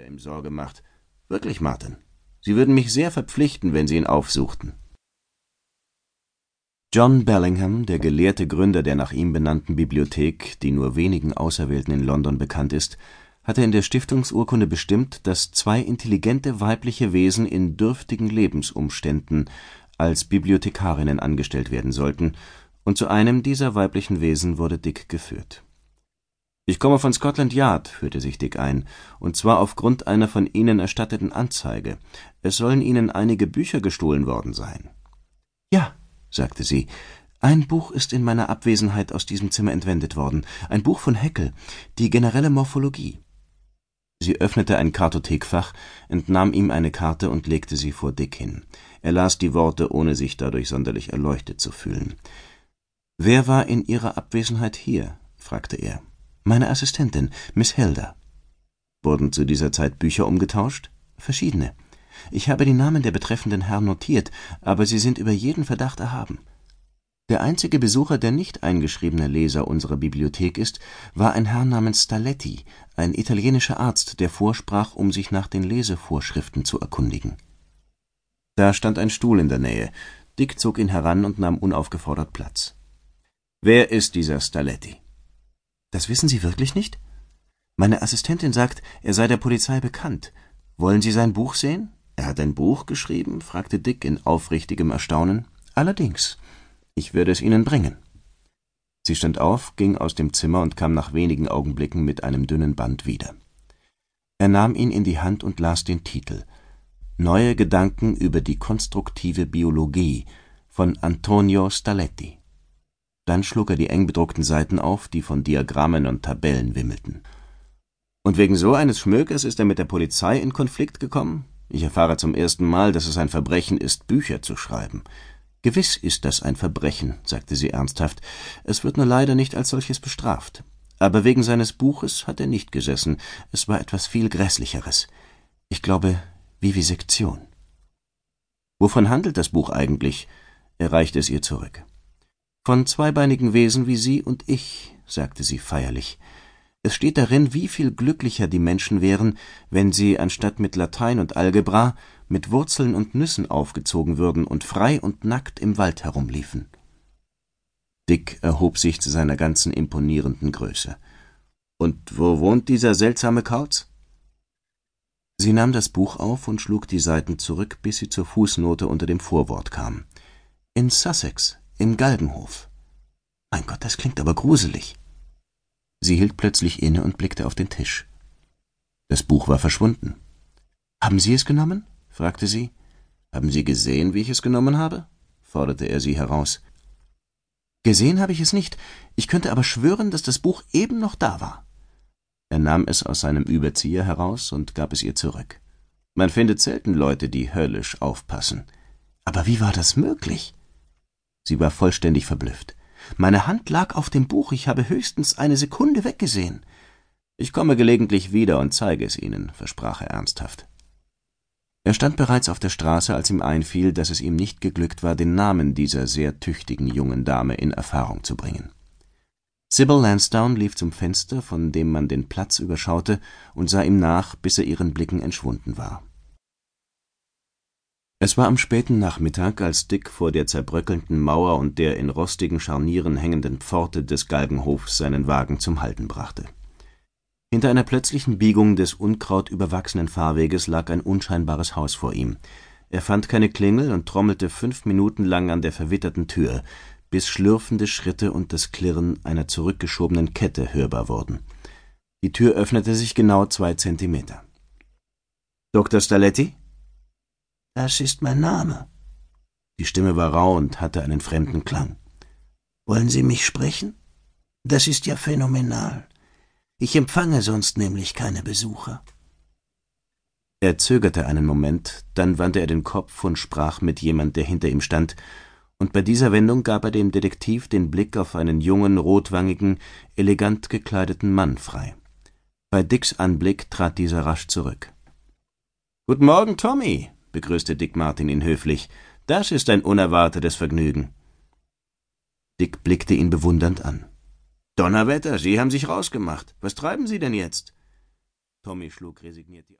er ihm Sorge macht. »Wirklich, Martin. Sie würden mich sehr verpflichten, wenn Sie ihn aufsuchten.« John Bellingham, der gelehrte Gründer der nach ihm benannten Bibliothek, die nur wenigen Auserwählten in London bekannt ist, hatte in der Stiftungsurkunde bestimmt, dass 2 intelligente weibliche Wesen in dürftigen Lebensumständen als Bibliothekarinnen angestellt werden sollten, und zu einem dieser weiblichen Wesen wurde Dick geführt. »Ich komme von Scotland Yard«, führte sich Dick ein, »und zwar aufgrund einer von Ihnen erstatteten Anzeige. Es sollen Ihnen einige Bücher gestohlen worden sein.« »Ja«, sagte sie, »ein Buch ist in meiner Abwesenheit aus diesem Zimmer entwendet worden, ein Buch von Haeckel, die generelle Morphologie.« Sie öffnete ein Kartothekfach, entnahm ihm eine Karte und legte sie vor Dick hin. Er las die Worte, ohne sich dadurch sonderlich erleuchtet zu fühlen. »Wer war in Ihrer Abwesenheit hier?« fragte er. »Meine Assistentin, Miss Hilda.« »Wurden zu dieser Zeit Bücher umgetauscht?« »Verschiedene. Ich habe die Namen der betreffenden Herren notiert, aber sie sind über jeden Verdacht erhaben. Der einzige Besucher, der nicht eingeschriebener Leser unserer Bibliothek ist, war ein Herr namens Staletti, ein italienischer Arzt, der vorsprach, um sich nach den Lesevorschriften zu erkundigen.« Da stand ein Stuhl in der Nähe. Dick zog ihn heran und nahm unaufgefordert Platz. »Wer ist dieser Staletti?« »Das wissen Sie wirklich nicht? Meine Assistentin sagt, er sei der Polizei bekannt. Wollen Sie sein Buch sehen?« »Er hat ein Buch geschrieben?« fragte Dick in aufrichtigem Erstaunen. »Allerdings. Ich würde es Ihnen bringen.« Sie stand auf, ging aus dem Zimmer und kam nach wenigen Augenblicken mit einem dünnen Band wieder. Er nahm ihn in die Hand und las den Titel: »Neue Gedanken über die konstruktive Biologie« von Antonio Staletti. Dann schlug er die eng bedruckten Seiten auf, die von Diagrammen und Tabellen wimmelten. »Und wegen so eines Schmökers ist er mit der Polizei in Konflikt gekommen? Ich erfahre zum ersten Mal, dass es ein Verbrechen ist, Bücher zu schreiben.« »Gewiss ist das ein Verbrechen«, sagte sie ernsthaft. »Es wird nur leider nicht als solches bestraft. Aber wegen seines Buches hat er nicht gesessen. Es war etwas viel Grässlicheres. Ich glaube, Vivisektion.« »Wovon handelt das Buch eigentlich?« Er reichte es ihr zurück. »Von zweibeinigen Wesen wie Sie und ich«, sagte sie feierlich. »Es steht darin, wie viel glücklicher die Menschen wären, wenn sie anstatt mit Latein und Algebra mit Wurzeln und Nüssen aufgezogen würden und frei und nackt im Wald herumliefen.« Dick erhob sich zu seiner ganzen imponierenden Größe. »Und wo wohnt dieser seltsame Kauz?« Sie nahm das Buch auf und schlug die Seiten zurück, bis sie zur Fußnote unter dem Vorwort kam. »In Sussex, im Galgenhof.« »Mein Gott, das klingt aber gruselig.« Sie hielt plötzlich inne und blickte auf den Tisch. Das Buch war verschwunden. »Haben Sie es genommen?« fragte sie. »Haben Sie gesehen, wie ich es genommen habe?« forderte er sie heraus. »Gesehen habe ich es nicht. Ich könnte aber schwören, dass das Buch eben noch da war.« Er nahm es aus seinem Überzieher heraus und gab es ihr zurück. »Man findet selten Leute, die höllisch aufpassen.« »Aber wie war das möglich?« Sie war vollständig verblüfft. »Meine Hand lag auf dem Buch, ich habe höchstens eine Sekunde weggesehen.« »Ich komme gelegentlich wieder und zeige es Ihnen«, versprach er ernsthaft. Er stand bereits auf der Straße, als ihm einfiel, dass es ihm nicht geglückt war, den Namen dieser sehr tüchtigen jungen Dame in Erfahrung zu bringen. Sybil Lansdowne lief zum Fenster, von dem man den Platz überschaute, und sah ihm nach, bis er ihren Blicken entschwunden war. Es war am späten Nachmittag, als Dick vor der zerbröckelnden Mauer und der in rostigen Scharnieren hängenden Pforte des Galgenhofs seinen Wagen zum Halten brachte. Hinter einer plötzlichen Biegung des unkrautüberwachsenen Fahrweges lag ein unscheinbares Haus vor ihm. Er fand keine Klingel und trommelte 5 Minuten lang an der verwitterten Tür, bis schlürfende Schritte und das Klirren einer zurückgeschobenen Kette hörbar wurden. Die Tür öffnete sich genau 2 Zentimeter. »Dr. Staletti?« »Das ist mein Name.« Die Stimme war rau und hatte einen fremden Klang. »Wollen Sie mich sprechen? Das ist ja phänomenal. Ich empfange sonst nämlich keine Besucher.« Er zögerte einen Moment, dann wandte er den Kopf und sprach mit jemand, der hinter ihm stand, und bei dieser Wendung gab er dem Detektiv den Blick auf einen jungen, rotwangigen, elegant gekleideten Mann frei. Bei Dicks Anblick trat dieser rasch zurück. »Guten Morgen, Tommy«, begrüßte Dick Martin ihn höflich. »Das ist ein unerwartetes Vergnügen.« Dick blickte ihn bewundernd an. »Donnerwetter, Sie haben sich rausgemacht. Was treiben Sie denn jetzt?« Tommy schlug resigniert die